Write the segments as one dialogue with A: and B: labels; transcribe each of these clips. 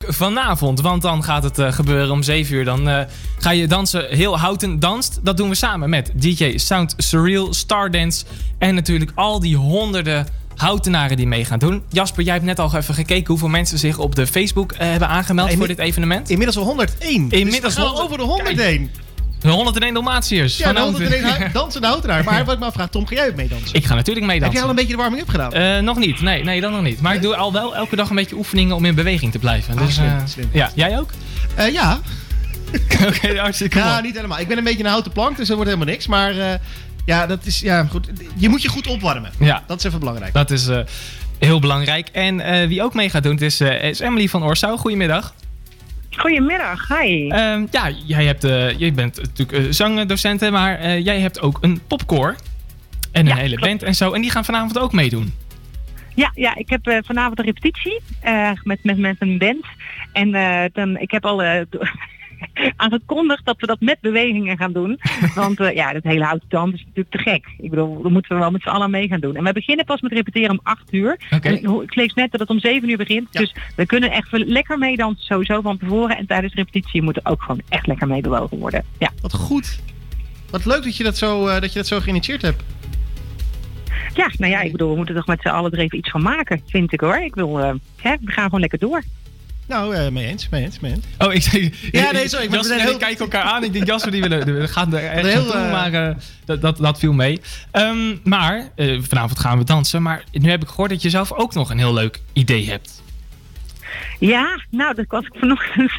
A: vanavond. Want dan gaat het gebeuren om 7 uur. Dan ga je dansen. Heel Houten danst. Dat doen we samen met DJ Sound Surreal, Stardance. En natuurlijk al die honderden Houtenaren die mee gaan doen. Jasper, jij hebt net al even gekeken hoeveel mensen zich op de Facebook hebben aangemeld voor dit evenement.
B: Inmiddels al 101.
A: Inmiddels
B: dus we gaan over de 101.
A: De 101 Dalmatiërs.
B: Ja, de 101 dansende Houtenaar. Maar wat ik me afvraag, Tom, ga jij ook meedansen?
A: Ik ga natuurlijk meedansen.
B: Heb je al een beetje de warming-up gedaan?
A: Nog niet. Nee, dat nog niet. Maar ik doe al wel elke dag een beetje oefeningen om in beweging te blijven. Dus,
B: slim.
A: Ja, jij ook?
B: Ja.
A: Oké, hartstikke mooi.
B: Ja, niet helemaal. Ik ben een beetje een houten plank, dus dat wordt helemaal niks. Maar dat is goed. Je moet je goed opwarmen. Ja. Dat is even belangrijk.
A: Dat is heel belangrijk. En wie ook mee gaat doen, het is Emily van Oorsouw. Goedemiddag.
C: Goedemiddag, hi.
A: Jij bent natuurlijk zangdocent, maar jij hebt ook een popkoor. En een hele
C: klopt.
A: band en zo. En die gaan vanavond ook meedoen.
C: Ja, ik heb vanavond een repetitie met een band. En ik heb al aangekondigd dat we dat met bewegingen gaan doen. Want dat hele houten dans is natuurlijk te gek. Ik bedoel, daar moeten we wel met z'n allen mee gaan doen. En we beginnen pas met repeteren om 8 uur.
A: Okay.
C: Ik lees net dat het om 7 uur begint. Ja. Dus we kunnen echt lekker meedansen sowieso van tevoren. En tijdens de repetitie moet er ook gewoon echt lekker mee bewogen worden. Ja.
B: Wat goed. Wat leuk dat je dat zo geïnitieerd hebt.
C: Ja, ik bedoel, we moeten toch met z'n allen er even iets van maken, vind ik hoor. We gaan gewoon lekker door.
B: Nou, mee eens.
A: Oh, ik zei...
B: Ja, nee, sorry.
A: Jasper en ik kijken elkaar aan. Ik denk, Jasper, die gaan er ergens naartoe, maar dat viel mee. Maar vanavond gaan we dansen. Maar nu heb ik gehoord dat je zelf ook nog een heel leuk idee hebt.
C: Ja, nou, dat was ik vanochtend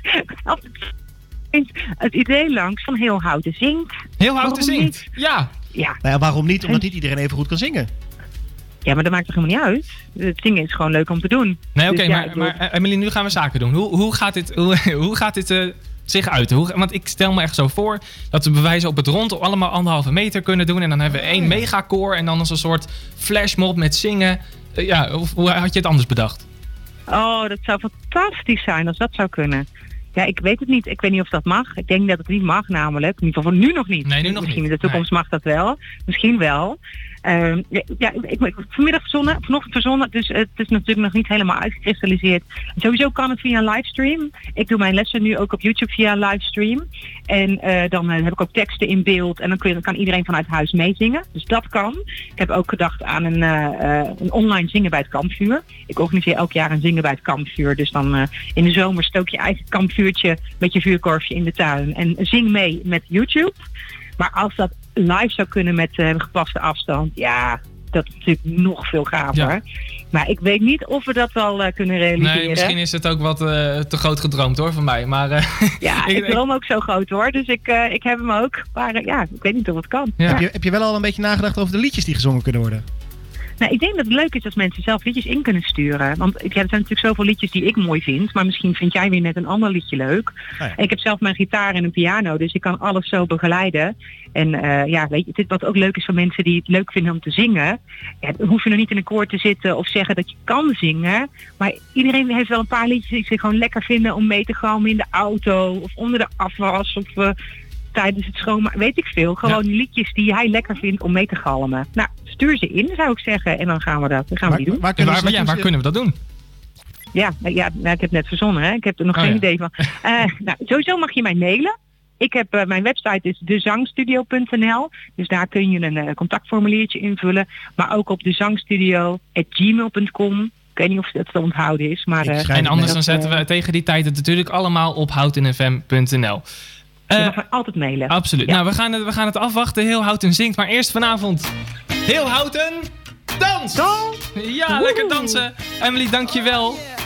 C: het idee langs van Heel Houten zingt.
A: Heel Houten zingt? Ja.
C: Nou
B: ja, waarom niet? Omdat niet iedereen even goed kan zingen.
C: Ja, maar dat maakt toch helemaal niet uit? Het zingen is gewoon leuk om te doen.
A: Nee, oké, maar Emily, nu gaan we zaken doen. Hoe gaat dit zich uiten? Want ik stel me echt zo voor dat we bewijzen op het rond allemaal 1,5 meter kunnen doen. En dan hebben we 1 megakoor en dan als een soort flashmob met zingen. Hoe had je het anders bedacht?
C: Oh, dat zou fantastisch zijn als dat zou kunnen. Ja, ik weet het niet. Ik weet niet of dat mag. Ik denk dat het niet mag namelijk. In ieder geval voor nu nog niet.
A: Nee, nu nog
C: Misschien
A: niet.
C: in de toekomst mag dat wel. Misschien wel. Ik vanochtend verzonnen. Dus het is natuurlijk nog niet helemaal uitgekristalliseerd. Sowieso kan het via een livestream. Ik doe mijn lessen nu ook op YouTube via een livestream. En dan heb ik ook teksten in beeld. En dan kan iedereen vanuit huis meezingen. Dus dat kan. Ik heb ook gedacht aan een online zingen bij het kampvuur. Ik organiseer elk jaar een zingen bij het kampvuur. Dus dan in de zomer stook je eigen kampvuurtje met je vuurkorfje in de tuin. En zing mee met YouTube. Maar als dat live zou kunnen met gepaste afstand, ja, dat is natuurlijk nog veel gaver. Ja. Maar ik weet niet of we dat wel kunnen realiseren.
A: Nee, misschien is het ook wat te groot gedroomd hoor, van mij. Maar,
C: ik droom ook zo groot hoor, dus ik heb hem ook. Maar ik weet niet of het kan.
A: Ja.
B: Heb je wel al een beetje nagedacht over de liedjes die gezongen kunnen worden?
C: Nou, ik denk dat het leuk is als mensen zelf liedjes in kunnen sturen. Want er zijn natuurlijk zoveel liedjes die ik mooi vind. Maar misschien vind jij weer net een ander liedje leuk. Oh ja. En ik heb zelf mijn gitaar en een piano. Dus ik kan alles zo begeleiden. En weet je, wat ook leuk is voor mensen die het leuk vinden om te zingen. Ja, dan hoef je nog niet in een koor te zitten of zeggen dat je kan zingen. Maar iedereen heeft wel een paar liedjes die ze gewoon lekker vinden om mee te galmen in de auto. Of onder de afwas. Of tijdens het schoonmaken, weet ik veel. Gewoon liedjes die hij lekker vindt om mee te galmen. Nou, stuur ze in, zou ik zeggen. En dan gaan we die doen.
A: Waar kunnen we dat doen?
C: Ja, ik heb net verzonnen. Hè? Ik heb er nog geen idee van. Sowieso mag je mij mailen. Mijn website is dezangstudio.nl. Dus daar kun je een contactformuliertje invullen. Maar ook op dezangstudio@gmail.com. Ik weet niet of dat te onthouden is. Maar,
A: en anders dan zetten we tegen die tijd het natuurlijk allemaal op houtenfm.nl.
C: Je mag altijd mailen.
A: Absoluut. Ja. Nou, we gaan het afwachten. Heel Houten zingt. Maar eerst vanavond Heel Houten dans! Ja, lekker dansen. Emily, dankjewel.